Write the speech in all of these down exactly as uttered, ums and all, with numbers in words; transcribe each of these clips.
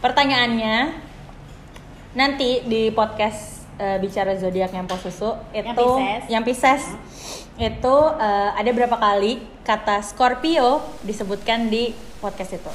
Pertanyaannya nanti di podcast uh, bicara zodiak yang pos susu itu yang Pisces, yang Pisces uh-huh. itu uh, ada berapa kali kata Scorpio disebutkan di podcast itu?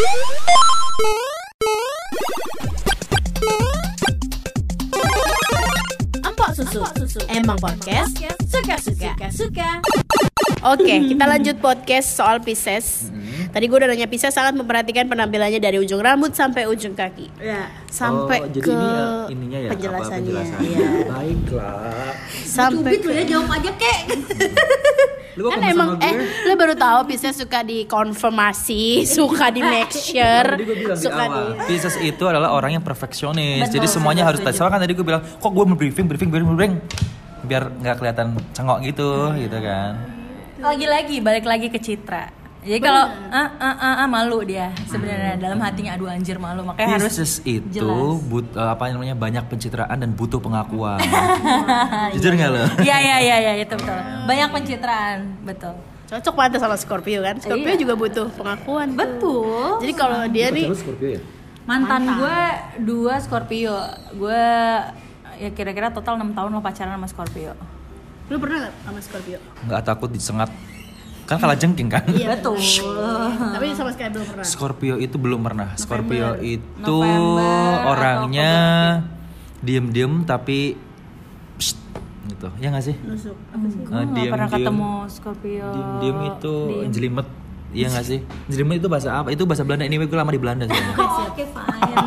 Empok susu. susu. Emang podcast suka-suka suka. Oke, kita lanjut podcast soal Pisces. Mm-hmm. Tadi gue udah nanya Pisces sangat memperhatikan penampilannya dari ujung rambut sampai ujung kaki. Ya. Sampai oh, ke jadi ini ya, ininya ya, penjelasannya. Apa penjelasannya. Ya. Baiklah. Sampai Cubit ke... ya, jawab aja kek. Lu kan emang eh lu baru tahu Pisces suka dikonfirmasi, suka di make sure, oh, suka di, di Pisces itu adalah orang yang perfeksionis. Betul, jadi semuanya harus tadi. Soalnya kan tadi gue bilang, kok gue mau briefing, briefing, briefing, briefing, biar nggak kelihatan cengok gitu, hmm. gitu kan. Lagi-lagi balik lagi ke Citra. Jadi kalau ah ah ah ah malu dia sebenarnya hmm. dalam hatinya aduh anjir malu, makanya Pisces harus itu but, uh, apa namanya banyak pencitraan dan butuh pengakuan. Jujur nggak lo? Iya iya iya ya, itu betul. Banyak pencitraan, betul. Cocok banget sama Scorpio kan? Scorpio iya. juga butuh pengakuan. Betul. Jadi kalau dia nih Scorpio ya? Mantan, Mantan. gue dua Scorpio. Gue ya kira-kira total enam tahun lo pacaran sama Scorpio. Lu pernah gak sama Scorpio? Nggak takut disengat. Kan kalah jengking kan? Iya betul. Tapi sama sekali belum pernah. Scorpio itu belum pernah. November. Scorpio itu November orangnya diem-diem tapi psst, gitu. Ya nggak sih? Nusuk. Apa sih? Gue nggak pernah ketemu Scorpio. Diem-diem itu jelimet. Iya nggak sih? Jelimet itu bahasa apa? Itu bahasa Belanda. Anyway gue lama di Belanda sih. Oh, oke fine.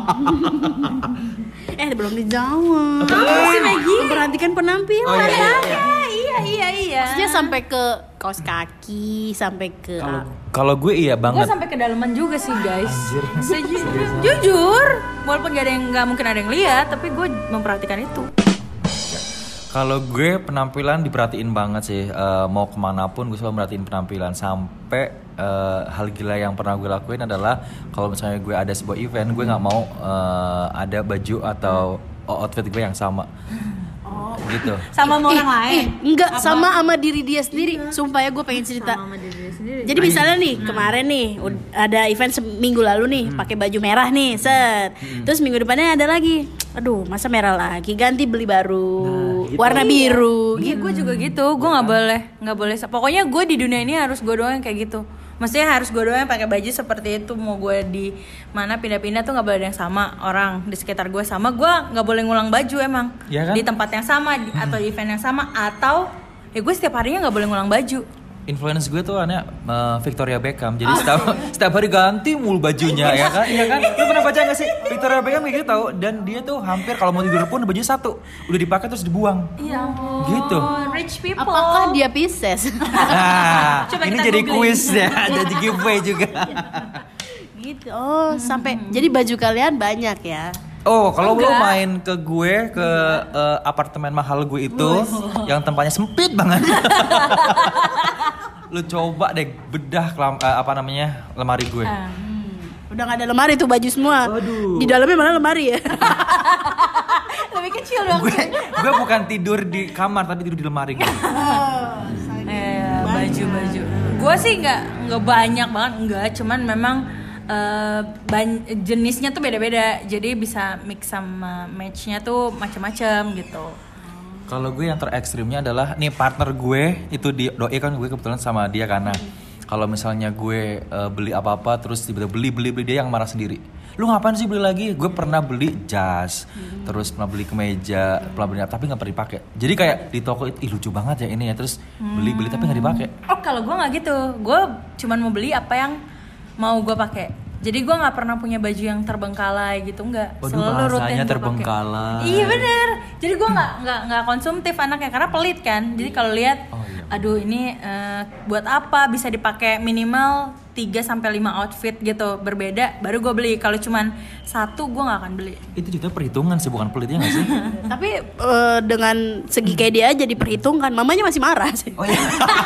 Eh belum dijawab. Apa sih Maggie? Memperhatikan penampilan. Oh, iya, iya, iya. iya iya iya. Maksudnya sampai ke kaos kaki, sampai ke kalau gue iya banget. Gue sampai ke dalaman juga sih guys. Sejujur, jujur, walaupun gak ada yang nggak mungkin ada yang lihat, tapi gue memperhatikan itu. Kalau gue penampilan diperhatiin banget sih. Uh, mau kemanapun gue selalu merhatiin penampilan. Sampai uh, hal gila yang pernah gue lakuin adalah kalau misalnya gue ada sebuah event, gue nggak mau uh, ada baju atau outfit gue yang sama. Oh. Gitu. Sama sama orang lain? Eh, enggak, apa? Sama sama diri dia sendiri. Iya. Sumpah ya gue pengen cerita. Sama sama diri dia sendiri. Jadi misalnya nih, hmm. kemarin nih ada event seminggu lalu nih, hmm. pakai baju merah nih, set. Hmm. Terus minggu depannya ada lagi. Aduh, masa merah lagi? Ganti beli baru. Nah, gitu. Warna biru. Iya, gitu. Gue juga gitu. Gue nggak boleh, nggak boleh. Pokoknya gue di dunia ini harus gue doang kayak gitu. Maksudnya harus gue doang pakai baju seperti itu. Mau gue di mana pindah-pindah tuh nggak boleh ada yang sama orang di sekitar gue sama. Gue nggak boleh ngulang baju emang ya kan? Di tempat yang sama di, atau di event yang sama atau ya gue setiap harinya nggak boleh ngulang baju. Influence gue tuh aneh uh, Victoria Beckham. Jadi setiap setiap hari ganti mulu bajunya ya kan? Iya kan? Lu pernah baca nggak sih Victoria Beckham kayak gitu tahu? Dan dia tuh hampir kalau mau tidur pun baju satu udah dipakai terus dibuang. Iya. Gitu. Rich people. Apakah dia Pisces? Nah, ini jadi quiz ya, jadi giveaway juga. Gitu. Oh, sampai hmm. jadi baju kalian banyak ya. Oh, kalau lo main ke gue ke uh, apartemen mahal gue itu oh. yang tempatnya sempit banget. Lu coba deh bedah kelam, uh, apa namanya lemari gue. Hmm. Udah nggak ada lemari tuh baju semua. Aduh. Di dalamnya mana lemari ya? Lebih kecil dong. Gue, gue bukan tidur di kamar tapi tidur di lemari gue. Oh, eh, baju-baju. Gue sih nggak nggak banyak banget, enggak. Cuman memang Uh, ban- jenisnya tuh beda-beda, jadi bisa mix sama matchnya tuh macam-macam gitu. Kalau gue yang terekstrimnya adalah nih partner gue itu di doi kan gue kebetulan sama dia karena hmm. kalau misalnya gue uh, beli apa-apa terus tiba-tiba beli beli beli dia yang marah sendiri. Lu ngapain sih beli lagi? Gue pernah beli jas, hmm. terus pernah beli kemeja, pernah beli tapi nggak pernah dipakai. Jadi kayak di toko itu, ih lucu banget ya ini ya, terus beli beli tapi nggak dipakai. Oh kalau gue nggak gitu, gue cuman mau beli apa yang mau gue pakai. Jadi gue nggak pernah punya baju yang terbengkalai gitu, nggak. Waduh, selalu rutin terbengkalai. Iya bener. Jadi gue nggak nggak nggak konsumtif anaknya karena pelit kan. Jadi kalau lihat, oh, iya. aduh ini uh, buat apa? Bisa dipakai minimal tiga sampai lima outfit gitu berbeda. Baru gue beli. Kalau cuman satu gue nggak akan beli. Itu juga perhitungan sih, bukan pelitnya nggak sih? Tapi uh, dengan segi kayak dia aja diperhitungkan. Mamanya masih marah sih. Oh iya.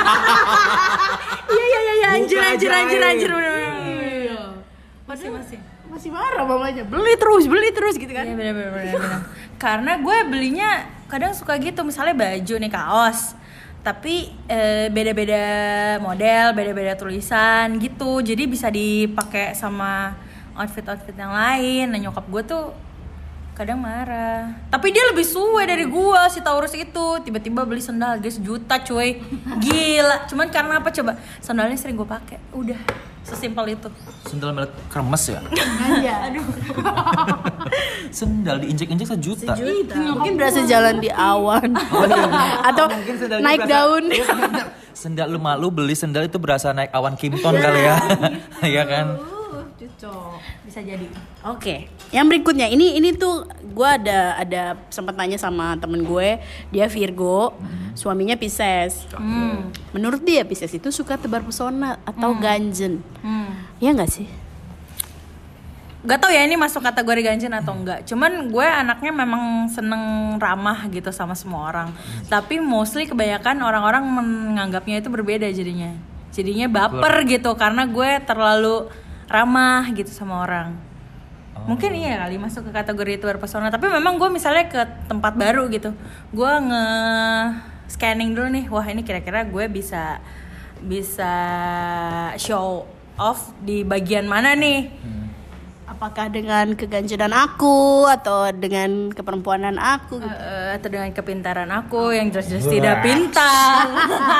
Iya iya iya anjir anjir anjir anjir. Masih masih masih marah mamanya, beli terus beli terus gitu kan. Iya benar benar benar. Karena gue belinya kadang suka gitu, misalnya baju nih kaos tapi e, beda-beda model, beda-beda tulisan gitu, jadi bisa dipakai sama outfit-outfit yang lain. Nah nyokap gue tuh kadang marah. Tapi dia lebih suwe dari gue si Taurus itu. Tiba-tiba beli sandal harga sejuta cuy. Gila. Cuman karena apa coba? Sandalnya sering gue pakai. Udah sesimpel itu. Sendal merek kremes ya? Iya. Aduh. Sendal diinjek-injek sejuta. Sejuta. Mungkin berasa jalan di awan. Atau naik daun. Sendal lu malu beli sendal itu berasa naik awan Kimpton kali ya. Iya kan? Bisa jadi. Oke, yang berikutnya ini ini tuh gue ada ada sempat tanya sama temen gue, dia Virgo, hmm. suaminya Pisces. Hmm. Menurut dia Pisces itu suka tebar pesona atau hmm. ganjen, hmm. ya nggak sih? Gak tau ya ini masuk kategori ganjen atau enggak. Cuman gue anaknya memang seneng ramah gitu sama semua orang. Hmm. Tapi mostly kebanyakan orang-orang menganggapnya itu berbeda jadinya. Jadinya baper gitu karena gue terlalu ramah gitu sama orang. Oh. Mungkin iya kali masuk ke kategori itu berpesona. Tapi memang gue misalnya ke tempat baru gitu, gue nge scanning dulu nih, wah ini kira-kira gue bisa bisa show off di bagian mana nih? Hmm. Apakah dengan keganjenan aku atau dengan keperempuanan aku? Gitu? Uh, atau dengan kepintaran aku yang jelas-jelas tidak pintar.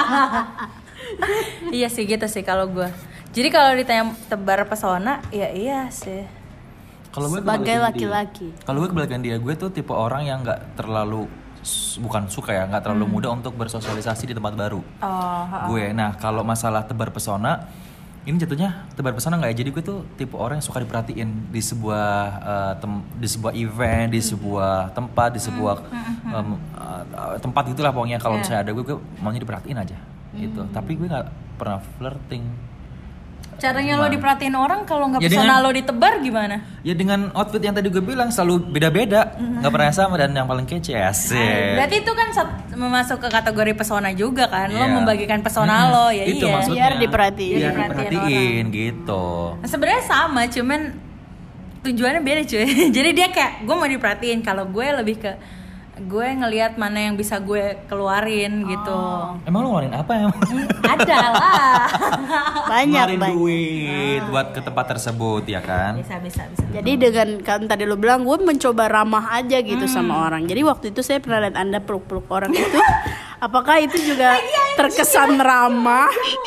Iya sih gitu sih kalau gue. Jadi kalau ditanya tebar pesona, ya iya sih. Kalau gue sebagai laki-laki. Kalau gue kebalikan dia, gue tuh tipe orang yang nggak terlalu bukan suka ya, nggak terlalu hmm. mudah untuk bersosialisasi di tempat baru. Oh, gue, nah kalau masalah tebar pesona, ini jatuhnya tebar pesona nggak ya? Jadi gue tuh tipe orang yang suka diperhatiin di sebuah uh, tem- di sebuah event, di sebuah tempat, di sebuah um, uh, tempat gitulah pokoknya. Kalau yeah. misalnya ada gue, gue maunya diperhatiin aja, gitu. Hmm. Tapi gue nggak pernah flirting. Caranya gimana? Lo diperhatiin orang kalau nggak ya pesona lo ditebar gimana? Ya dengan outfit yang tadi gue bilang selalu beda-beda, nggak mm-hmm. pernah sama dan yang paling kece asik. Berarti itu kan masuk ke kategori pesona juga kan? Yeah. Lo membagikan pesona mm-hmm. lo ya itu iya. Maksudnya, biar diperhatiin, biar diperhatiin gitu. Nah, sebenarnya sama, cuman tujuannya beda cuy. Jadi dia kayak gue mau diperhatiin, kalau gue lebih ke gue ngelihat mana yang bisa gue keluarin oh. gitu. Emang lu ngeluarin apa ya? Ada lah. Banyak ngeluarin banyak. duit buat ke tempat tersebut ya kan? Bisa bisa bisa. Jadi dengan kan tadi lu bilang gue mencoba ramah aja gitu hmm. sama orang. Jadi waktu itu saya pernah lihat Anda peluk-peluk orang itu. Apakah itu juga terkesan ramah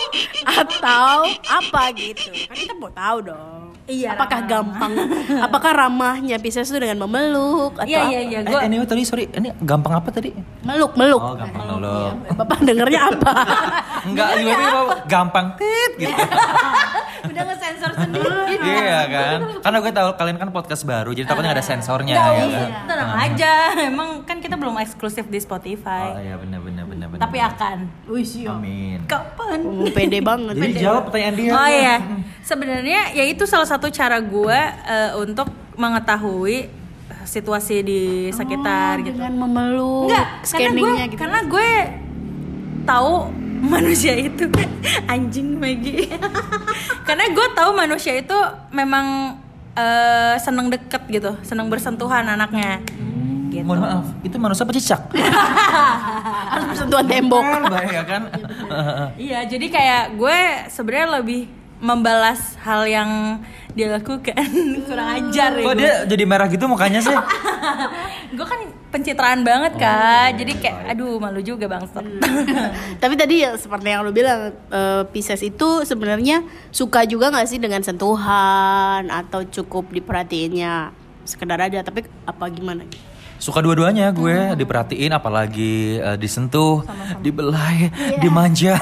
atau apa gitu? Kan kita mau tahu dong. Iya, apakah ramah. gampang? Apakah ramahnya Pisces itu dengan memeluk atau iya, iya, iya. Gua... Eh, anyway tadi sorry, ini gampang apa tadi? Meluk, meluk. Oh, gampang meluk. Iya. Bapak dengernya apa? Enggak, gimana gampang tit gitu. Udah ngesensor sendiri. Iya kan? Karena gue tahu kalian kan podcast baru, jadi takutnya ada sensornya ya, ya kan. Iya. Tenang aja, emang kan kita belum eksklusif di Spotify. Oh iya benar benar benar benar. Tapi akan. Wih, siap. Amin. Kapan? Oh, pede banget. Jadi pede jawab pertanyaan dia. Oh iya. Sebenarnya ya itu salah satu cara gue uh, untuk mengetahui situasi di sekitar oh, gitu. Dengan memeluk. Enggak, scanningnya gitu. Karena gue tahu manusia itu anjing Maggie. Karena gue tahu manusia itu memang uh, seneng deket gitu, seneng bersentuhan anaknya. Hmm, gitu. Mohon maaf, itu manusia apa cicak? Harus bersentuhan tembok. Bahaya kan? Iya, jadi kayak gue sebenarnya lebih membalas hal yang dia lakukan. Kurang ajar ya. Kok dia jadi merah gitu mukanya sih? Gue kan pencitraan banget kan, oh, jadi kayak aduh malu juga bangsat. Tapi tadi ya seperti yang lu bilang, uh, Pisces itu sebenarnya suka juga nggak sih dengan sentuhan atau cukup diperhatiinnya sekedar aja, tapi apa gimana? Suka dua-duanya gue, hmm. diperhatiin apalagi uh, disentuh, sama-sama. Dibelai, yeah. dimanja.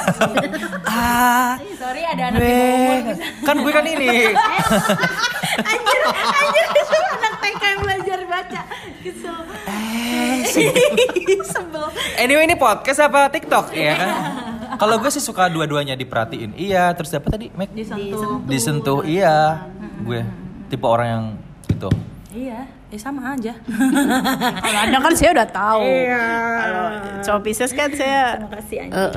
ah, sorry ada anak di bawah. Kan gue kan ini. anjir, anjir itu anak T K yang belajar baca. Kesel. Eh, sebel. Anyway ini podcast apa TikTok ya kan? Kalau gue sih suka dua-duanya diperhatiin. Iya, terus apa tadi? Make? Disentuh. Disentuh, iya. Hmm. Gue tipe orang yang gitu. Iya, ya sama aja. Kalau Anda kan saya udah tahu. Iya. Kalau cowok Pisces kan saya. Terima kasih anjing. Uh.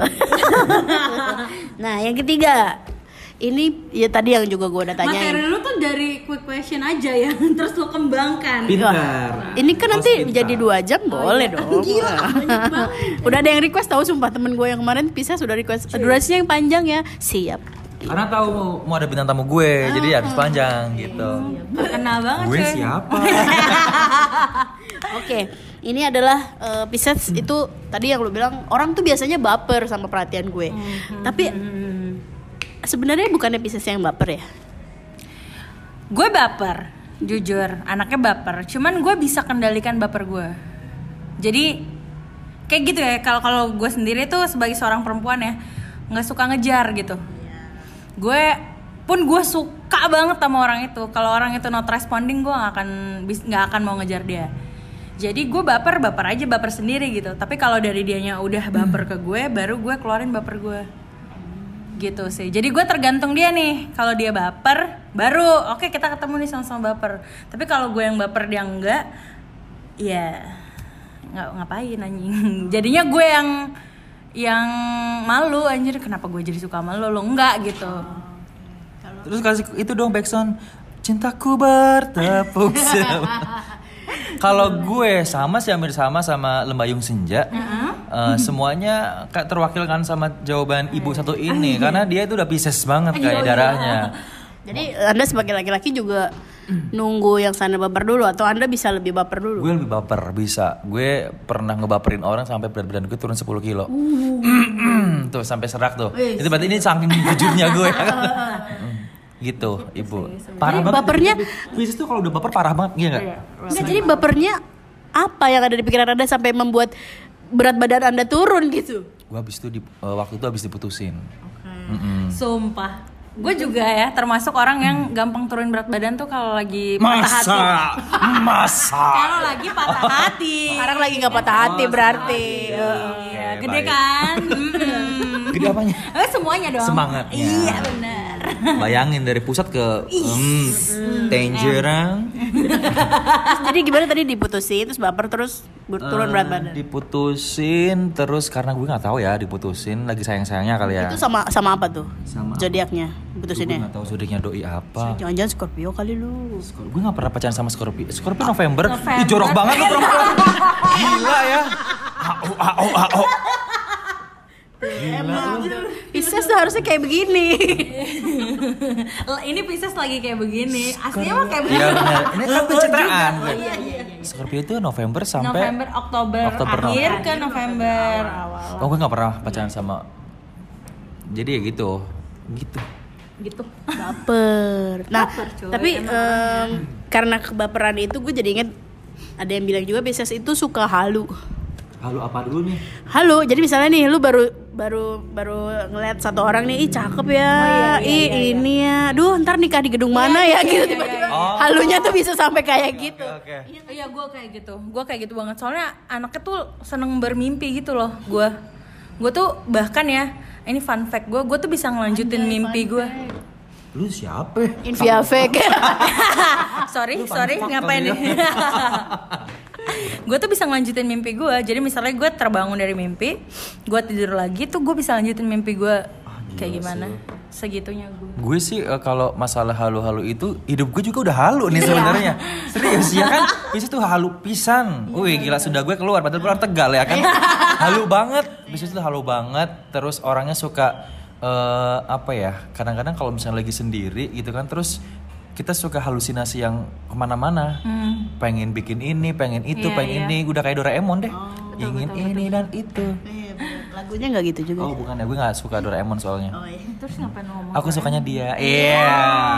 Nah, yang ketiga. Ini ya tadi yang juga gue udah tanyain. Materi lu tuh dari quick question aja ya, terus lu kembangkan. Pintar. Ini kan nanti pintar. Jadi dua jam boleh oh, iya. dong. Gila, udah ada yang request tahu sumpah temen gue yang kemarin Pisces sudah request durasinya yang panjang ya. Siap. Karena tahu mau ada bintang tamu gue, oh, jadi habis panjang gitu. Terkenal banget gue cuy. siapa? Oke, ini adalah uh, Pisces itu tadi yang lu bilang orang tuh biasanya baper sama perhatian gue. Mm-hmm. Tapi sebenarnya bukannya Pisces yang baper ya? Gue baper, jujur, anaknya baper. Cuman gue bisa kendalikan baper gue. Jadi kayak gitu ya. Kalau kalau gue sendiri tuh sebagai seorang perempuan ya, nggak suka ngejar gitu. Gue pun gue suka banget sama orang itu. Kalau orang itu not responding, gue nggak akan nggak akan mau ngejar dia. Jadi gue baper baper aja, baper sendiri gitu. Tapi kalau dari dianya udah baper ke gue, baru gue keluarin baper gue. Gitu sih. Jadi gue tergantung dia nih. Kalau dia baper, baru oke okay, kita ketemu nih sama-sama baper. Tapi kalau gue yang baper dia enggak, ya nggak ngapain anjing. Jadinya gue yang yang malu anjir, kenapa gue jadi suka sama lo, lo enggak gitu. Terus kasih itu dong backsound cintaku bertepuk sebelah. Kalau gue sama sih hampir sama sama Lembayung Senja. Uh-huh. uh, semuanya kayak terwakilkan sama jawaban ibu satu ini karena dia itu udah Pisces banget kayak darahnya. Jadi Anda sebagai laki-laki juga nunggu yang sana baper dulu atau Anda bisa lebih baper dulu? Gue lebih baper, bisa. Gue pernah ngebaperin orang sampai berat badan gue turun sepuluh kilo. Uh. Tuh sampai serak tuh. Wih, itu berarti ini saking jujurnya gue. Gitu, Ibu. Parah jadi banget. Bapernya Pisces tuh kalau udah baper parah banget, iya enggak? Enggak, jadi bapernya apa yang ada di pikiran Anda sampai membuat berat badan Anda turun gitu? Gue habis itu di, uh, waktu itu habis diputusin. Okay. Sumpah. Gue juga ya termasuk orang yang gampang turun berat badan tuh kalau lagi patah masa, hati. Masa. Kalau lagi patah hati. Sekarang lagi nggak patah hati berarti. Iya, iya gede baik. Kan? Gede apanya? Eh semuanya dong. Semangatnya. Iya benar. Bayangin dari pusat ke mm, Tangerang. Jadi gimana tadi diputusin terus baper terus turun berat badan? Uh, diputusin terus karena gue nggak tahu ya diputusin lagi sayang-sayangnya kali ya. Itu sama sama apa tuh? Sama zodiaknya putusinnya? Gue nggak tahu zodiaknya doi apa. Jangan-jangan Scorpio kali lu. Skor- gue nggak pernah pacaran sama Scorpio. Scorpio November. November. Ih, jorok banget lu perempuan. Gila ya. Au au au. Emang Pisces tuh harusnya kayak begini. Ini Pisces lagi kayak begini. Aslinya mah kayak begini. Iya benar. Ini kan pencitraan. Oh, iya, iya, iya. Scorpio itu November sampai November, Oktober, Oktober, akhir November. ke November. Oh gue nggak pernah pacaran sama. Jadi ya gitu, gitu. Gitu. Baper. Nah, Baper, cuy. tapi um, karena kebaperan itu gue jadi inget ada yang bilang juga Pisces itu suka halu. Halu apa dulu nih? Halu, jadi misalnya nih lu baru baru baru ngeliat satu orang nih, ih cakep ya, oh, iya, iya, ih iya, iya. ini ya, duh ntar nikah di gedung mana iya, ya iya, gitu iya, tiba-tiba. iya, iya. Oh. Halunya tuh bisa sampai kayak gitu. Oke. Iya gue kayak gitu, gue kayak gitu banget. Soalnya anaknya tuh seneng bermimpi gitu loh. Gue, gue tuh bahkan ya, ini fun fact gue, gue tuh bisa ngelanjutin Anjay, mimpi gue. Lu siapa? Invia fake. sorry, Lu fun sorry, fact ngapain kali nih? Gue tuh bisa ngelanjutin mimpi gue. Jadi misalnya gue terbangun dari mimpi, gue tidur lagi tuh gue bisa lanjutin mimpi gue. Ah, kayak gimana? Sih. Segitunya gue. Gue sih uh, kalau masalah halu-halu itu hidup gue juga udah halu nih sebenarnya. Serius ya kan? Bisa tuh halu pisan. Wih gila sudah gue keluar padahal keluar Tegal ya kan. Halu banget. Bisa tuh halu banget. Terus orangnya suka uh, apa ya? Kadang-kadang kalau misalnya lagi sendiri gitu kan terus kita suka halusinasi yang kemana-mana, hmm. pengen bikin ini, pengen itu, yeah, pengen yeah. ini, udah kayak Doraemon deh, oh, betul, ingin betul, ini betul. Dan itu. Iya, lagunya nggak gitu juga. Oh bukan ya, gue nggak suka Doraemon soalnya. Oh, iya. Terus ngapain ngomong? Aku sukanya dia. Iya.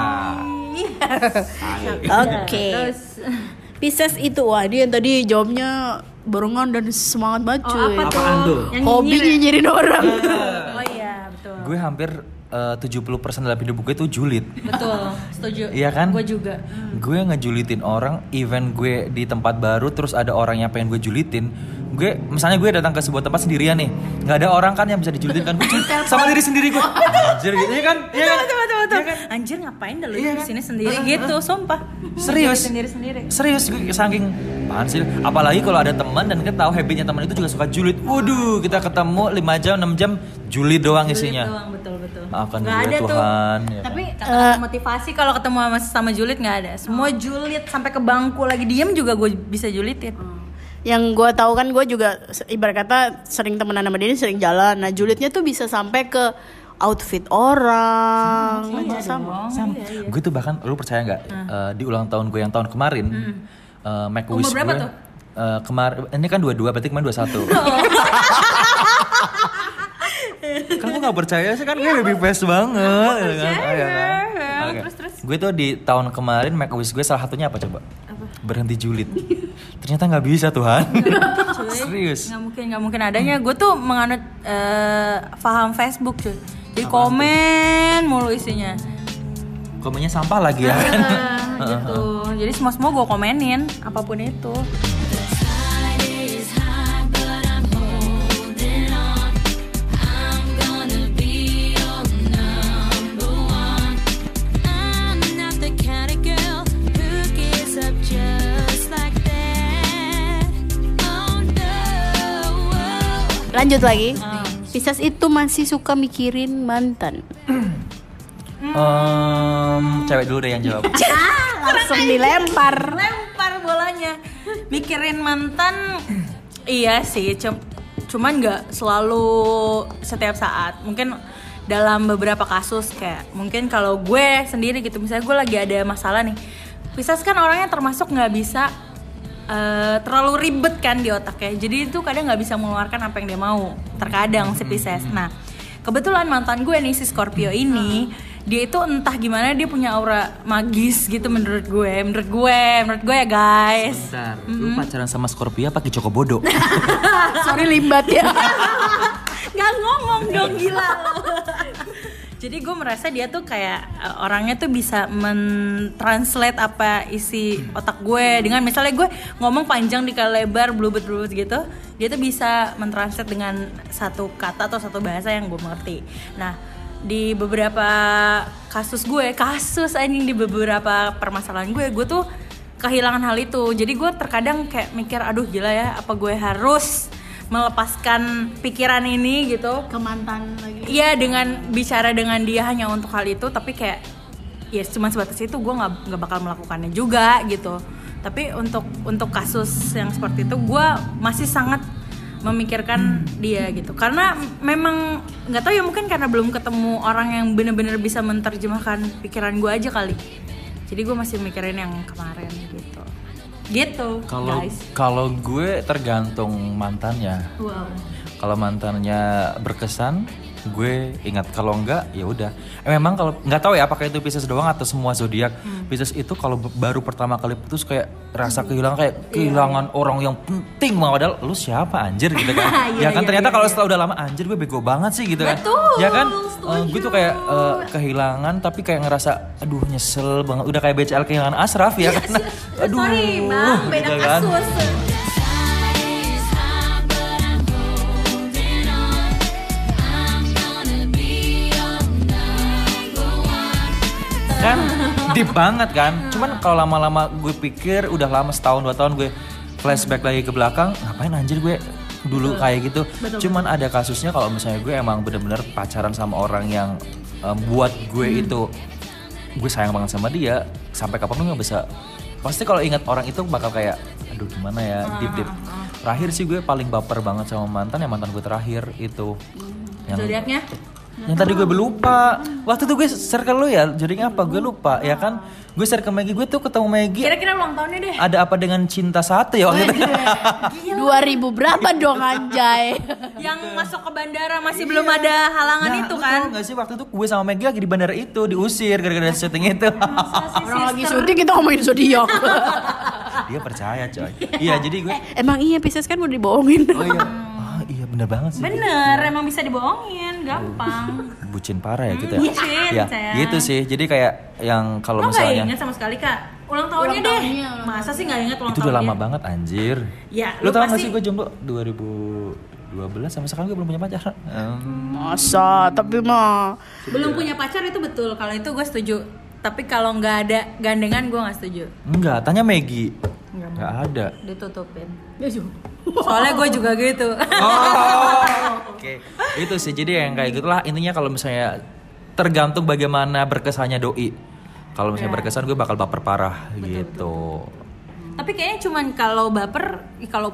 Oke. Pisces itu, wah dia yang tadi jawabnya barengan dan semangat banget cuy. Oh, apa tuh? Hobi nyinyirin orang. Oh iya betul. Gue hampir Uh, tujuh puluh persen dalam hidup gue tuh julid. Betul, setuju. Iya kan? Gue juga. Hmm. Gue ngejulitin orang, even gue di tempat baru terus ada orang yang pengen gue julitin. Gue, misalnya gue datang ke sebuah tempat sendirian nih, nggak ada orang kan yang bisa dijulitin kan? Gue sama diri sendiri gue. Anjir, iya kan? Iya kan? Betul, betul, betul. Kan? Anjir ngapain dah lu iya, di sini sendiri uh, gitu, uh, sumpah. Serius? Sendiri-sendiri. Serius gue saking apaan sih? Apalagi kalau ada teman dan kita tahu habitnya teman itu juga suka julid. Waduh, kita ketemu lima jam, enam jam julid doang isinya. Julid doang, betul, betul. Maafkan gak gue ada Tuhan. Tuh. Ya, tapi kan? uh, motivasi kalau ketemu sama sama julid nggak ada. Semua julid sampai ke bangku lagi diem juga gue bisa julitin. Hmm. Yang gue tahu kan gue juga ibarat kata sering temenan sama dia, sering jalan. Nah julidnya tuh bisa sampai ke outfit orang sama. Sama. Gue tuh bahkan lu percaya nggak uh, di ulang tahun gue yang tahun kemarin hmm. uh, make wish gue uh, kemarin ini kan dua puluh dua berarti kemarin dua puluh satu. Kan gue nggak percaya sih kan gue baby face banget. Kan? Percaya. Okay. Terus, terus. Gue tuh di tahun kemarin make wish gue salah satunya apa coba? Apa? Berhenti julid. Ternyata nggak bisa Tuhan. Serius. Nggak mungkin nggak mungkin adanya. Gue tuh menganut uh, paham Facebook cuy. Jadi komen mulu isinya. Komennya sampah lagi ya kan? Gitu. Jadi semua semua gue komenin apapun itu. Lanjut lagi. Pisces itu masih suka mikirin mantan. Um, cewek dulu deh yang jawab. Langsung dilempar. Lempar bolanya. Mikirin mantan, iya sih. Cum- cuman nggak selalu setiap saat. Mungkin dalam beberapa kasus kayak mungkin kalau gue sendiri gitu, misalnya gue lagi ada masalah nih. Pisces kan orangnya termasuk nggak bisa Uh, terlalu ribet kan di otaknya, jadi itu kadang nggak bisa mengeluarkan apa yang dia mau. Terkadang si Pisces. Nah, kebetulan mantan gue nih si Scorpio ini, dia itu entah gimana dia punya aura magis gitu menurut gue, menurut gue, menurut gue ya guys. Bentar, mm-hmm. Lu pacaran sama Scorpio pakai Cokobodo? Sorry limbat ya. Nggak ngomong dong gila. Jadi gue merasa dia tuh kayak uh, orangnya tuh bisa mentranslate apa isi otak gue dengan misalnya gue ngomong panjang dikali lebar blubet-blubet gitu, dia tuh bisa mentranslate dengan satu kata atau satu bahasa yang gue mengerti. Nah di beberapa kasus gue, kasus anjing di beberapa permasalahan gue, gue tuh kehilangan hal itu. Jadi gue terkadang kayak mikir, aduh gila ya, apa gue harus melepaskan pikiran ini gitu ke mantan lagi. Iya, dengan bicara dengan dia hanya untuk hal itu, tapi kayak ya cuma sebatas itu, gue nggak nggak bakal melakukannya juga gitu. Tapi untuk untuk kasus yang seperti itu gue masih sangat memikirkan dia gitu, karena memang nggak tahu ya, mungkin karena belum ketemu orang yang benar-benar bisa menerjemahkan pikiran gue aja kali. Jadi gue masih mikirin yang kemarin gitu. Gitu kalau guys. Kalau gue tergantung mantannya. Wow. Kalau mantannya berkesan, gue ingat. Kalau enggak ya udah. Eh, memang kalau nggak tahu ya apakah itu Pisces doang atau semua zodiak. Hmm. Pisces itu kalau baru pertama kali putus kayak rasa kehilangan, kayak kehilangan yeah. orang yang penting banget. Padahal lu siapa anjir gitu kan. Ya kan, ternyata kalau setelah udah lama, anjir gue bego banget sih gitu kan. Betul, ya kan uh, gue tuh kayak uh, kehilangan tapi kayak ngerasa aduh nyesel banget. Udah kayak B C L kehilangan Ashraf ya kan. Aduh. Sorry bang, beda gitu kasus kan. Kan deep banget kan. Cuman kalau lama-lama gue pikir udah lama setahun dua tahun gue flashback lagi ke belakang, ngapain anjir gue dulu kayak gitu. Betul. Cuman ada kasusnya kalau misalnya gue emang bener-bener pacaran sama orang yang um, buat gue hmm. itu gue sayang banget sama dia, sampai kapan pun nggak bisa. Pasti kalau ingat orang itu bakal kayak aduh gimana ya, deep deep. Terakhir sih gue paling baper banget sama mantan, ya mantan gue terakhir itu. Yang zodiaknya? Yang tadi gue lupa. Waktu itu gue share ke lu ya, jadinya apa gue lupa ya kan. Gue share ke Maggie, gue tuh ketemu Maggie. Kira-kira ulang tahunnya deh. Ada apa dengan cinta satu ya waktu itu? dua ribu berapa dong anjay. Yang masuk ke bandara masih iya. belum ada halangan nah, itu kan. Enggak sih waktu itu gue sama Maggie lagi di bandara itu diusir gara-gara syuting itu. Orang lagi syuting kita ngomongin zodiak. Dia percaya coy. Iya jadi gue eh, emang iya Pisces kan mau dibohongin. Oh iya. Iya bener banget sih. Bener, emang bisa dibohongin, gampang. Bucin parah ya kita. Hmm, bucin, ya, sayang. gitu sih. Jadi kayak yang kalau misalnya. Lo gak inget sama sekali kak? Ulang tahunnya ulang deh. Tahunnya, Masa sih gak inget ulang itu tahunnya? udah lama banget anjir. Ya, lu tau pasti... gak sih gue jomblo dua ribu dua belas sampai sekarang gue belum punya pacar. Um. Masa? Tapi mah belum punya pacar itu betul. Kalau itu gue setuju. Tapi kalau nggak ada gandengan gue nggak setuju. Enggak, tanya Maggie. Nggak ada. Ditutupin. Soalnya gue juga gitu. Oh, oke. Okay. Itu sih jadi yang kayak gitulah intinya. Kalau misalnya tergantung bagaimana berkesannya doi. Kalau misalnya ya. berkesan gue bakal baper parah. Betul, gitu. Betul. Tapi kayaknya cuman kalau baper, kalau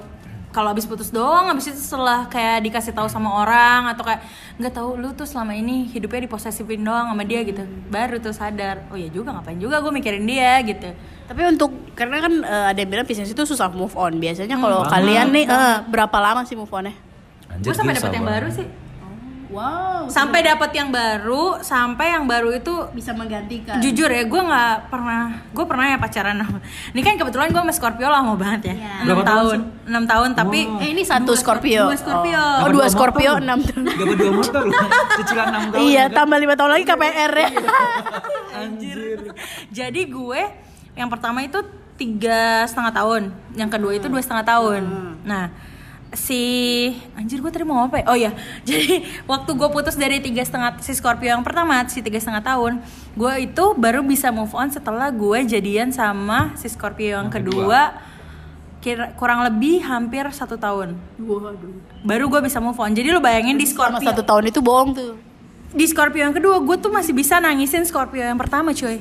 kalau abis putus doang, abis itu setelah kayak dikasih tahu sama orang atau kayak nggak tahu lu tuh selama ini hidupnya diposesifin doang sama dia gitu, baru tuh sadar oh ya juga ngapain juga gue mikirin dia gitu. Tapi untuk karena kan uh, ada yang bilang Pisces itu susah move on. Biasanya kalau hmm, kalian nih uh, berapa lama sih move on-nya? Gue sampai dapet yang baru sih. Wow. Sampai dapat yang baru, sampai yang baru itu bisa menggantikan. Jujur ya, gue nggak pernah, gue pernah ya pacaran. Ini kan kebetulan gue sama Scorpio lama banget ya, enam yeah. tahun, enam tahun. Tapi wow. eh ini satu Scorpio, dua Scorpio, oh, oh dua Scorpio enam tahun. Gak berdua motor loh, cicilan enam tahun. Iya, kan? Tambah lima tahun lagi K P R ya. Anjir. Jadi gue yang pertama itu tiga setengah tahun, yang kedua itu dua setengah tahun. Nah. Si anjir gue tadi mau apa ya? Oh ya, jadi waktu gue putus dari tiga setengah si Scorpio yang pertama, si tiga setengah tahun, gue itu baru bisa move on setelah gue jadian sama si Scorpio yang, yang kedua, kedua kira, kurang lebih hampir satu tahun. Waduh. Baru gue bisa move on. Jadi lo bayangin di Scorpio satu tahun itu bohong tuh. Di Scorpio yang kedua gue tuh masih bisa nangisin Scorpio yang pertama cuy.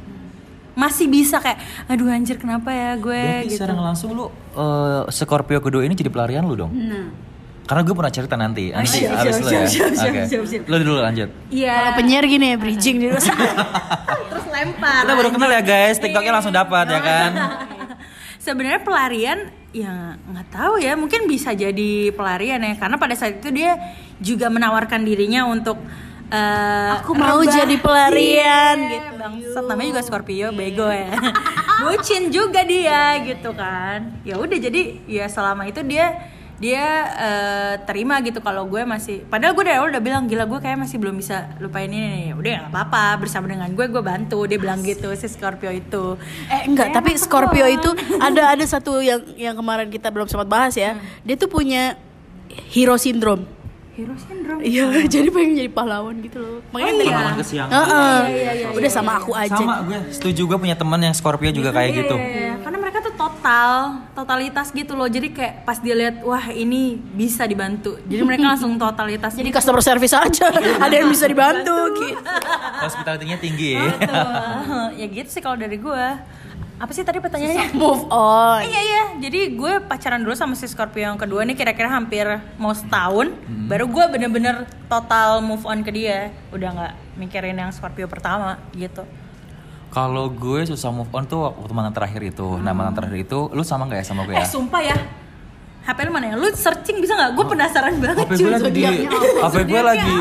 Masih bisa kayak aduh anjir kenapa ya gue. Berarti gitu. secara langsung lu uh, Scorpio kedua ini jadi pelarian lu dong. Nah. Karena gue pernah cerita nanti, nanti siap, abis siap, lu ya. siap, siap, Oke. siap, siap. Lu dulu lanjut. Iya. Kalau penyiar gini ya bridging terus. Terus lempar. Kita baru kenal ya guys, TikToknya langsung dapat ya kan. Sebenarnya pelarian ya nggak tahu ya, mungkin bisa jadi pelarian ya karena pada saat itu dia juga menawarkan dirinya untuk Uh, aku mau rebah. Jadi pelarian yeah, gitu. Bangsat namanya juga Scorpio, bego ya. Bucin juga dia gitu kan. Ya udah jadi ya selama itu dia dia uh, terima gitu kalau gue masih, padahal gue dari awal udah bilang gila gue kayak masih belum bisa lupain ini nih. Udah nggak apa-apa, bersama dengan gue gue bantu. Dia bilang gitu si Scorpio itu. Eh enggak, eh, tapi Scorpio itu ada ada satu yang yang kemarin kita belum sempat bahas ya. Hmm. Dia tuh punya hero syndrome. Hero syndrome. Iya, oh. Jadi pengen jadi pahlawan gitu loh. Makanya oh, iya. pahlawan kesiangan. Uh, uh. Iya, iya, iya, udah iya, sama iya. aku aja. Sama gue, setuju gue punya teman yang Scorpio juga kayak iya, gitu. Iya, iya. Karena mereka tuh total, totalitas gitu loh. Jadi kayak pas dia lihat wah ini bisa dibantu. Jadi mereka langsung totalitas. Jadi gitu. Customer service aja. Ada yang bisa dibantu gitu. Hospitality-nya tinggi ya. Ya gitu sih kalau dari gue. Apa sih tadi pertanyaannya? Move on. Iya iya. Jadi gue pacaran dulu sama si Scorpio yang kedua nih kira-kira hampir mau setahun. Hmm. Baru gue bener-bener total move on ke dia. Udah nggak mikirin yang Scorpio pertama gitu. Kalau gue susah move on tuh waktu mantan terakhir itu. Hmm. Nah mantan terakhir itu, lu sama nggak ya sama gue ya? Eh sumpah ya. H P lu mana ya? Lu searching bisa nggak? Gue penasaran banget. H P gue lagi di, H P gue lagi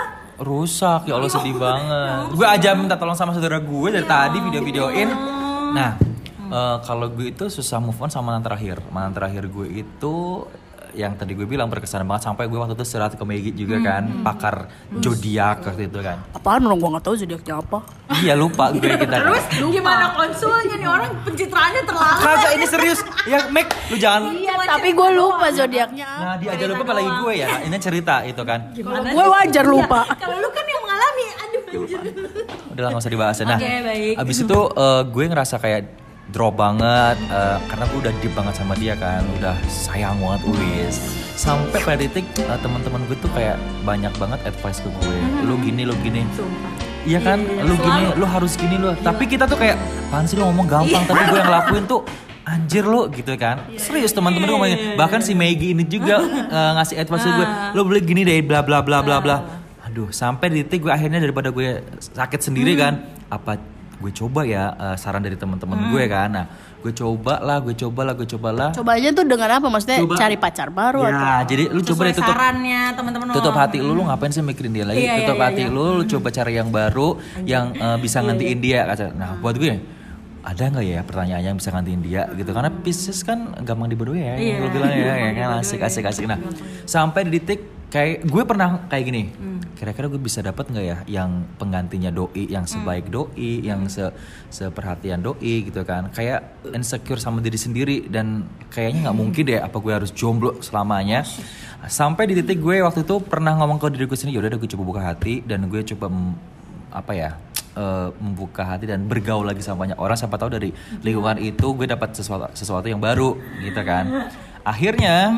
rusak ya Allah sedih banget. Gue aja minta tolong sama saudara gue dari ya, tadi video-videoin. Nah, hmm. uh, kalau gue itu susah move on sama mantan terakhir. Mantan terakhir gue itu yang tadi gue bilang berkesan banget sampai gue waktu itu surat ke Maggie juga hmm. kan, pakar hmm. zodiak waktu itu kan. Apaan orang gue nggak tahu zodiaknya apa? Iya lupa gue kita. Terus lupa. Gimana konsulnya nih orang pencitraannya terlambat. Kagak ini serius. Ya Meg, lu jangan. Iya, tapi gue lupa zodiaknya. Nah dia aja lupa apalagi gue ya. Ini cerita itu kan. Gimana gue wajar lupa. Ya, kalau lu kan yang mengalami, aduh anjir. Udah lah gak usah dibahas. Nah, okay, baik. Abis itu uh, gue ngerasa kayak drop banget uh, karena gue udah deep banget sama dia kan, udah sayang banget wis. Sampai pada titik uh, teman-teman gue tuh kayak banyak banget advice ke gue. Lu gini, lu gini. Iya kan, yeah, lu gini, lu harus gini lu. Yeah. Tapi kita tuh kayak, apaan sih lu ngomong gampang, yeah. Tapi gue yang lakuin tuh anjir lu gitu kan. Yeah. Serius teman-teman gue ngomongin. Bahkan si Maggie ini juga uh, ngasih advice ke gue. Lu boleh gini deh, bla bla bla bla bla. Aduh, sampai di titik gue akhirnya daripada gue sakit sendiri hmm. kan, apa gue coba ya uh, saran dari teman-teman hmm. gue kan. Nah, gue coba lah, gue coba lah, gue coba lah. Cobanya tuh dengan apa? Maksudnya coba, cari pacar baru ya, atau? Jadi lu coba deh tutup sarannya teman-teman. Tutup hati lu, lu ngapain sih mikirin dia lagi? Iya, tutup iya, hati iya. lu, lu coba cari yang baru yang uh, bisa ngantiin dia kata. Nah, buat gue ada nggak ya pertanyaan yang bisa ngantiin dia gitu, karena Pisces kan gampang dibodohi ya, iya, lu bilang ya, ya kan asik asik asik. Nah, sampai di titik kayak gue pernah kayak gini. Kira-kira gue bisa dapat nggak ya yang penggantinya doi, yang sebaik doi, yang se seperhatian doi gitu kan? Kayak insecure sama diri sendiri dan kayaknya nggak mungkin deh apa gue harus jomblo selamanya. Sampai di titik gue waktu itu pernah ngomong ke diri gue sendiri, yaudah gue coba buka hati dan gue coba apa ya uh, membuka hati dan bergaul lagi sama banyak orang. Siapa tahu dari lingkungan itu gue dapat sesuatu sesuatu yang baru gitu kan. Akhirnya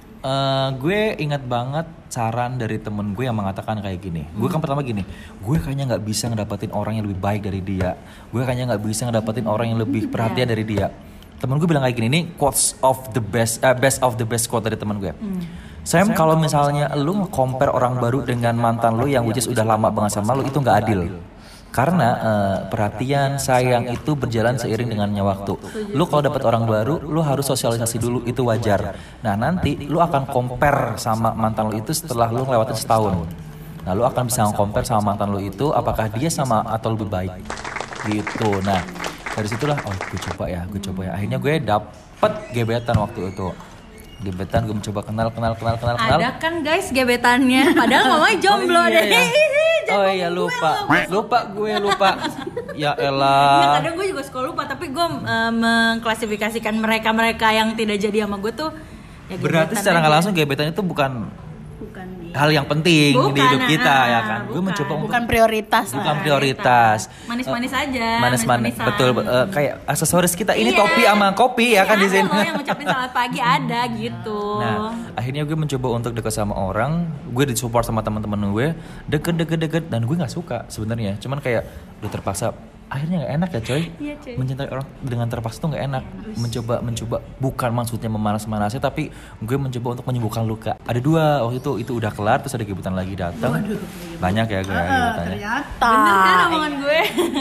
Uh, gue ingat banget saran dari temen gue yang mengatakan kayak gini. Gue kan pertama gini, gue kayaknya nggak bisa ngedapetin orang yang lebih baik dari dia. Gue kayaknya nggak bisa ngedapetin orang yang lebih perhatian dari dia. temen gue bilang kayak gini, ini quotes of the best, uh, best of the best quote dari temen gue. Hmm. Sam, kalau misalnya lu nge-compare orang baru dengan mantan lu yang which is udah lama banget sama lu, itu nggak adil. Karena uh, perhatian, sayang itu berjalan seiring dengannya waktu. Lu kalau dapat orang baru, lu harus sosialisasi dulu, itu wajar. Nah nanti lu akan compare sama mantan lu itu setelah lu ngelewatin setahun. Nah lu akan bisa nge-compare sama mantan lu itu, apakah dia sama atau lebih baik. Gitu. Nah dari situlah, oh gue coba ya, gue coba ya. Akhirnya gue dapet gebetan waktu itu. Gebetan, gue mencoba kenal, kenal, kenal, kenal, kenal. Ada kan guys gebetannya, padahal mamanya jomblo oh, iya, deh. Iya. Oh iya lupa, gue, lupa gue lupa. Ya elah. Ya, kadang gue juga suka lupa, tapi gue uh, mengklasifikasikan mereka-mereka yang tidak jadi sama gue tuh. Ya, berarti secara nggak langsung gebetan itu bukan. Bukan hal yang penting bukan, di hidup kita ah, ya kan. Gue mencoba bukan untuk prioritas bukan prioritas. Manis-manis uh, aja. Manis-manis betul uh, kayak aksesoris kita ini iya. topi sama kopi ya, ya kan di sini. Yang ngucapin selamat pagi ada gitu. Nah, akhirnya gue mencoba untuk dekat sama orang, gue disupport sama teman-teman gue, deket-deket-deket dan gue nggak suka sebenarnya. Cuman kayak udah terpaksa. Akhirnya nggak enak ya coy. Iya, coy. Mencintai orang dengan terpaksa tuh nggak enak. Mencoba mencoba bukan maksudnya memanas-manasnya, tapi gue mencoba untuk menyembuhkan luka. Ada dua waktu itu, itu udah kelar terus ada gebetan lagi datang. Banyak ya gue uh, gebetannya. Ternyata. Bener kan omongan gue.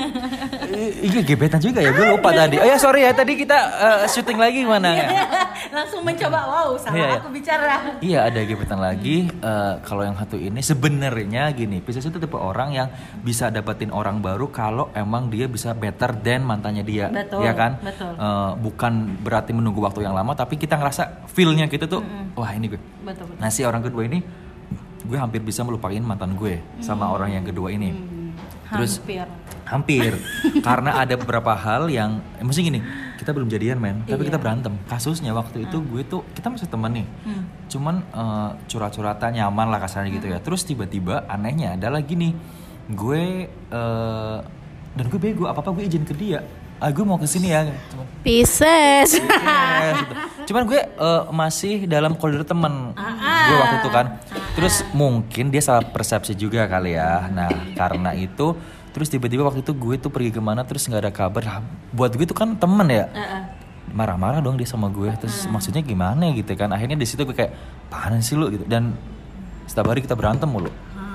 Iya gebetan juga ya, gue lupa tadi. Oh ya sorry ya, tadi kita uh, syuting lagi gimana ya? Langsung mencoba, wow salah iya, aku bicara. Iya ada gebetan lagi. Uh, kalau yang satu ini sebenarnya gini, Pisces itu tipe orang yang bisa dapetin orang baru kalau emang dia bisa better than mantannya dia, betul, ya kan? Betul. Uh, bukan berarti menunggu waktu yang lama, tapi kita ngerasa feel-nya kita tuh, mm-hmm. wah ini gue. Betul, betul. Nah si orang kedua ini, gue hampir bisa melupain mantan gue mm-hmm. sama orang yang kedua ini. Mm-hmm. Terus hampir, hampir. Karena ada beberapa hal yang, eh, mesti gini, kita belum jadian men, tapi iya. kita berantem. Kasusnya waktu itu mm. gue tuh, kita masih temen nih, mm. cuman uh, curhat-curhatan nyaman lah kasarnya mm. gitu ya. Terus tiba-tiba anehnya adalah gini, gue uh, dan gue bego, apa-apa gue izin ke dia. Ah, gue mau kesini ya. Cuman, Pisces. Pisces. Cuman gue uh, masih dalam koridor teman. Gue waktu itu kan. Terus mungkin dia salah persepsi juga kali ya. Nah karena itu, terus tiba-tiba waktu itu gue tuh pergi kemana terus nggak ada kabar. Buat gue tuh kan temen ya. Marah-marah dong dia sama gue. Terus maksudnya gimana gitu kan. Akhirnya di situ gue kayak, apaan sih lu gitu. Dan setiap hari kita berantem mulu.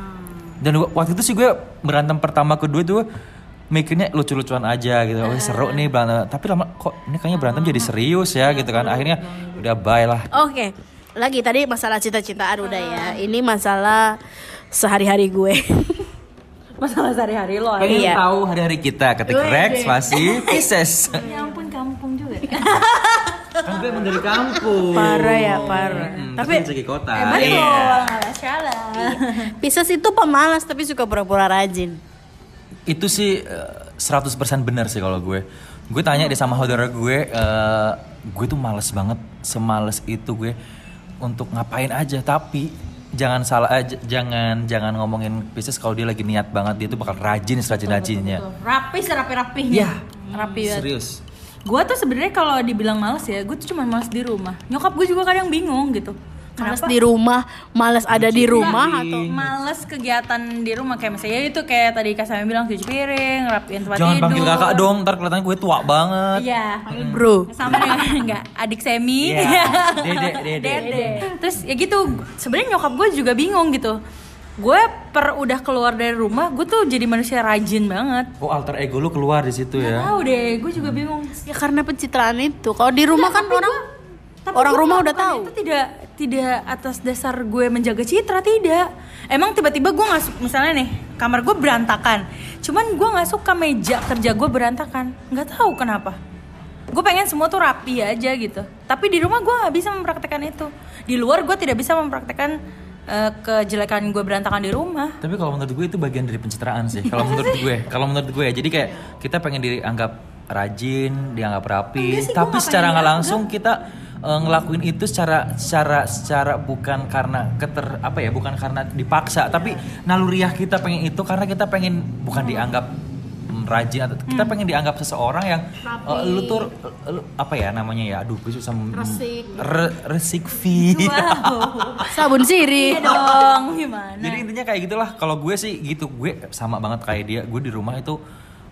Dan waktu itu sih gue berantem pertama kedua tuh mikirnya lucu-lucuan aja gitu, oh seru nih berantem. Tapi lama kok ini kayaknya berantem jadi serius ya gitu kan. Akhirnya udah bye lah. Oke, okay. Lagi tadi masalah cinta-cintaan udah ya. Ini masalah sehari-hari gue. Masalah sehari-hari lo. Pengen iya. tahu hari-hari kita ketik Rex masih Pisces. Ya ampun kampung juga. Kan gue emang dari kampung. Parah ya parah. Hmm, tapi segi kota. Eh, betul, iya. nggak salah. Pisces itu pemalas tapi suka pura-pura rajin. Itu sih uh, seratus persen benar sih kalau gue. Gue tanya deh sama saudara gue, uh, gue tuh males banget, semales itu gue untuk ngapain aja. Tapi jangan salah aja, jangan jangan ngomongin Pisces kalau dia lagi niat banget, dia tuh bakal rajin serajin-rajinnya. Rapi serapi-rapinya. Iya. Rapi banget. Serius. Gue tuh sebenarnya kalau dibilang males ya, gue tuh cuma males di rumah. Nyokap gue juga kadang bingung gitu. Males di rumah, males ada di rumah atau males kegiatan di rumah kayak misalnya itu kayak tadi Kak Sami bilang cuci piring, rapiin tempat Jangan tidur. Jangan panggil kakak dong, ntar kelihatannya gue tua banget. Iya, hmm. bro. Sama dengan enggak adik Semi. Yeah. Dede, dede. Dede. Terus ya gitu, sebenarnya nyokap gue juga bingung gitu. Gue per udah keluar dari rumah, gue tuh jadi manusia rajin banget. Oh alter ego lu keluar di situ ya? Tahu deh, gue juga bingung. Ya karena pencitraan itu. Kalau di rumah nah, kan orang gua, orang rumah udah tahu. Itu tidak tidak atas dasar gue menjaga citra, tidak. Emang tiba-tiba gue nggak, misalnya nih kamar gue berantakan, cuman gue nggak suka meja kerja gue berantakan, nggak tahu kenapa. Gue pengen semua tuh rapi aja gitu. Tapi di rumah gue nggak bisa mempraktekkan itu. Di luar gue tidak bisa mempraktekkan uh, kejelekan gue berantakan di rumah. Tapi kalau menurut gue itu bagian dari pencitraan sih. Kalau menurut gue, kalau menurut gue ya. Jadi kayak kita pengen dianggap rajin, dianggap rapi, sih, tapi secara nggak langsung kita uh, ngelakuin itu secara secara secara bukan karena keter apa ya, bukan karena dipaksa, yeah. Tapi naluriah kita pengen itu karena kita pengen bukan dianggap um, rajin atau kita hmm. pengen dianggap seseorang yang uh, lu tuh uh, apa ya namanya ya, aduh gue susah resik re, resik fit wow. Sabun sirih iya dong, gimana? Jadi intinya kayak gitulah. Kalau gue sih gitu, gue sama banget kayak dia. Gue di rumah itu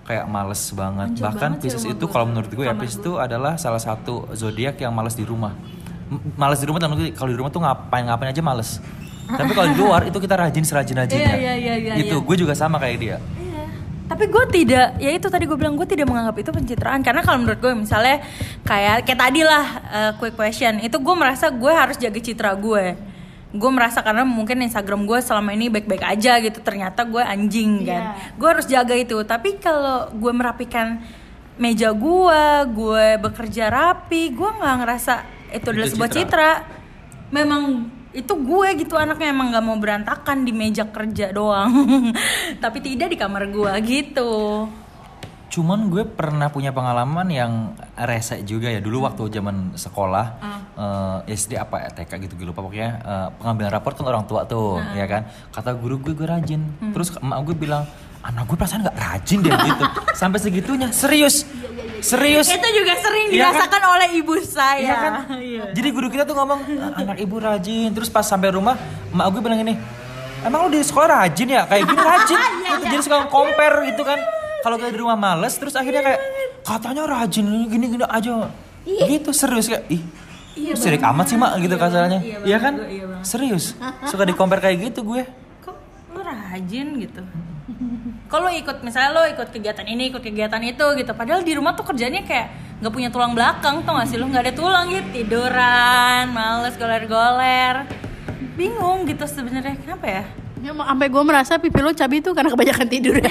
kayak males banget. Anjir Bahkan banget sih Pisces rumah itu gue. kalau menurut gue ya Kamar Pisces gue. itu adalah salah satu zodiak yang males di rumah. M- Males di rumah dalam arti kalau di rumah tuh ngapain-ngapain aja males. Tapi kalau di luar itu kita rajin serajin-rajinnya. Iya, iya, iya, iya, Itu iya. gue juga sama kayak dia. Iya. Tapi gue tidak, ya itu tadi gue bilang gue tidak menganggap itu pencitraan karena kalau menurut gue misalnya kayak kayak tadi lah uh, quick question itu gue merasa gue harus jaga citra gue. Gue merasa karena mungkin Instagram gue selama ini baik-baik aja gitu ternyata gue anjing kan. Iya. Gue harus jaga itu. Tapi kalau gue merapikan meja gue, gue bekerja rapi, gue nggak ngerasa itu adalah Itu sebuah citra. citra. Memang itu gue gitu anaknya emang nggak mau berantakan di meja kerja doang tapi tidak di kamar gue gitu. Cuman gue pernah punya pengalaman yang rese juga ya dulu waktu zaman sekolah eh, S D apa ya T K gitu gue lupa pokoknya eh, pengambilan rapor kan orang tua tuh ya kan kata guru gue gue rajin terus emak gue bilang anak gue perasaan nggak rajin deh gitu sampai segitunya serius serius Itu juga sering Iya kan? dirasakan oleh ibu saya. Iya kan? Iya. Jadi guru kita tuh ngomong anak ibu rajin. Terus pas sampai rumah, emak gue bilang gini, emang lu di sekolah rajin ya? Kayak gini rajin. Gitu. Jadi suka compare gitu kan. Kalau kita di rumah males, terus akhirnya kayak katanya rajin gini-gini aja. Gitu serius kayak ih. Iya, sirik amat sih mak gitu kasarnya. Iya, Iya kan? banget, iya banget. Serius. Suka di compare kayak gitu gue. Kok lu rajin gitu? Kalau ikut misalnya lo ikut kegiatan ini, ikut kegiatan itu gitu. Padahal di rumah tuh kerjanya kayak nggak punya tulang belakang, tau gak sih lo nggak ada tulang gitu, tiduran, males goler-goler, bingung gitu sebenarnya kenapa ya? Ya, sampai gue merasa pipi lo cabi tuh karena kebanyakan tidur ya.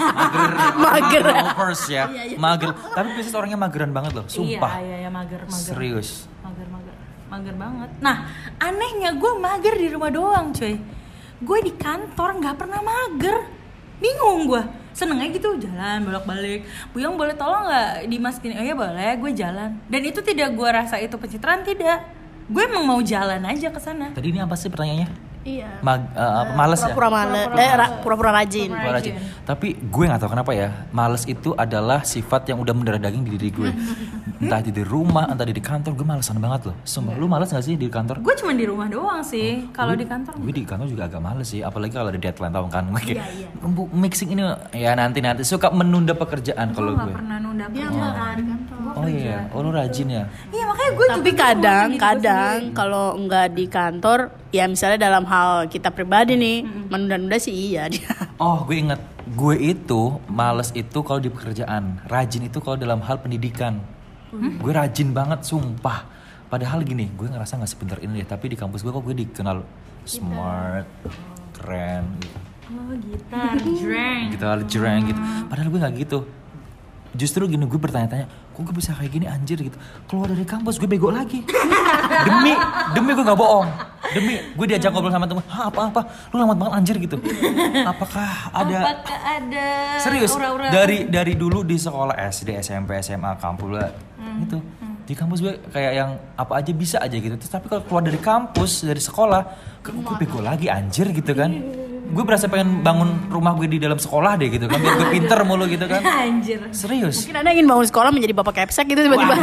Mager. Lovers ya. Mager. Tapi Pisces orangnya mageran banget loh, sumpah. Iya, iya, iya, mager, mager. Serius. Mager, mager, mager banget. Nah, anehnya gue mager di rumah doang, cuy. Gue di kantor nggak pernah mager. Bingung gue. Senengnya gitu jalan bolak-balik. Buyang boleh tolong nggak dimasukin? Oh ya boleh, gue jalan. Dan itu tidak gue rasa itu pencitraan, tidak. Gue emang mau jalan aja ke sana. Tadi ini apa sih pertanyaannya? Iya. Mag, eh, apa, males ya? Pura-pura males. Eh, ra- pura-pura rajin. Pura-pura rajin. Tapi gue gak tahu kenapa ya, males itu adalah sifat yang udah mendarah daging di diri gue. Entah di rumah, entah di kantor, gue malesan banget loh. Sumpah, lu males gak sih di kantor? Gue cuma di rumah doang sih. Kalau di kantor Gue di kantor juga agak males sih, apalagi kalau ada deadline tau kan. Gue kayak "Bu, mixing ini ya nanti-nanti suka menunda pekerjaan kalau gue nggak gue. pernah nunda Dia kerjaan. nggak di kantor. Oh iya, oh lu rajin ya. Iya makanya gue Tapi kadang-kadang kalau nggak di kantor, ya misalnya dalam hal kita pribadi nih, menunda-nunda sih iya dia. Oh, gue inget, gue itu males itu kalau di pekerjaan, rajin itu kalau dalam hal pendidikan. Gue rajin banget, sumpah. Padahal gini, gue ngerasa nggak sepintar ini deh, tapi di kampus gue kok gue dikenal smart, keren, gitu. Oh gitar, drang. Gitu, jreng gitu. Padahal gue nggak gitu. Justru gini gue bertanya-tanya, kok gue bisa kayak gini anjir gitu. Keluar dari kampus gue bego lagi. demi, demi gue nggak bohong. Demi gue diajak ngobrol sama temen, "Hah, apa-apa? Lu lambat banget anjir gitu." Apakah ada Apakah ada serius aura-aura? dari dari dulu di sekolah S D, S M P, S M A, kampus lah gitu. Di kampus gue kayak yang apa aja bisa aja gitu. Terus tapi kalau keluar dari kampus, dari sekolah, kok gue bego lagi anjir gitu kan. Gue berasa pengen bangun rumah gue di dalam sekolah deh gitu kan, biar gue pinter mulu gitu kan. Anjir. Serius. Mungkin Anda ingin bangun sekolah menjadi bapak kepsek gitu tiba-tiba.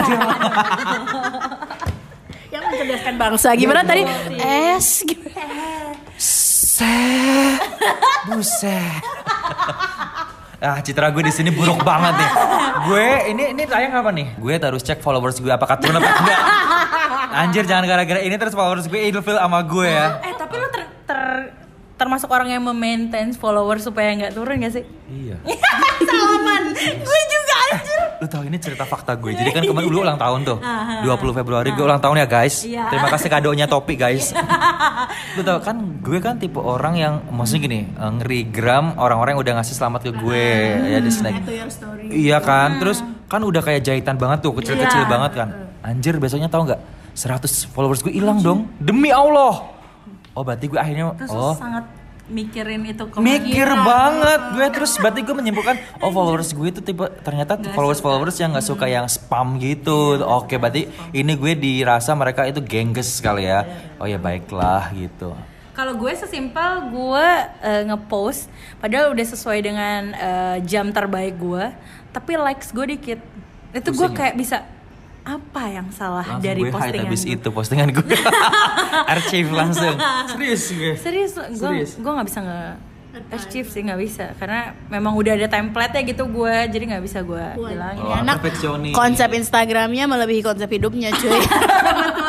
Yang mencerdaskan bangsa. Gimana tadi? S gitu. Set, buset. Ah, citra gue di sini buruk banget nih. Gue ini ini tayang apa nih? Gue harus cek followers gue apakah turun apa enggak. Anjir, jangan gara-gara ini terus followers gue ilfil sama gue ya. Eh tapi lu ter, ter- termasuk orang yang memaintain followers supaya nggak turun gak sih? Iya. Salaman. Gue juga anjir. Lu tahu ini cerita fakta gue. Jadi kan kemarin dulu ulang tahun tuh. dua puluh Februari gue ulang tahun ya, guys. Iya. Terima kasih kadonya topi, guys. Lu tahu kan gue kan tipe orang yang maksudnya gini, eh, ngeri-gram orang-orang yang udah ngasih selamat ke gue ya di snack. Iya kan? Terus kan udah kayak jahitan banget tuh, kecil-kecil Iya. banget kan. Anjir, besoknya tahu nggak? seratus followers gue hilang dong. Demi Allah. Oh, berarti gue akhirnya Terus oh sangat mikirin itu mikir banget gue, terus berarti gue menyimpulkan oh followers gue itu tipe ternyata followers followers yang nggak suka yang spam gitu. Oke, berarti ini gue dirasa mereka itu gengges kali ya. Oh ya baiklah gitu. Kalau gue sesimpel gue eh, ngepost padahal udah sesuai dengan eh, jam terbaik gue, tapi likes gue dikit. Itu gue Pusing ya? kayak bisa apa yang salah Langsung dari gue hide postingan habis gue? itu postingan gue. Archive langsung. Serius gue. Serius, gue Serius? gue nggak bisa nge achieve sih nggak bisa karena memang udah ada template-nya gitu gue, jadi nggak bisa gue bilangin. Oh, anak perfeksionis. konsep Instagramnya melebihi konsep hidupnya cuy.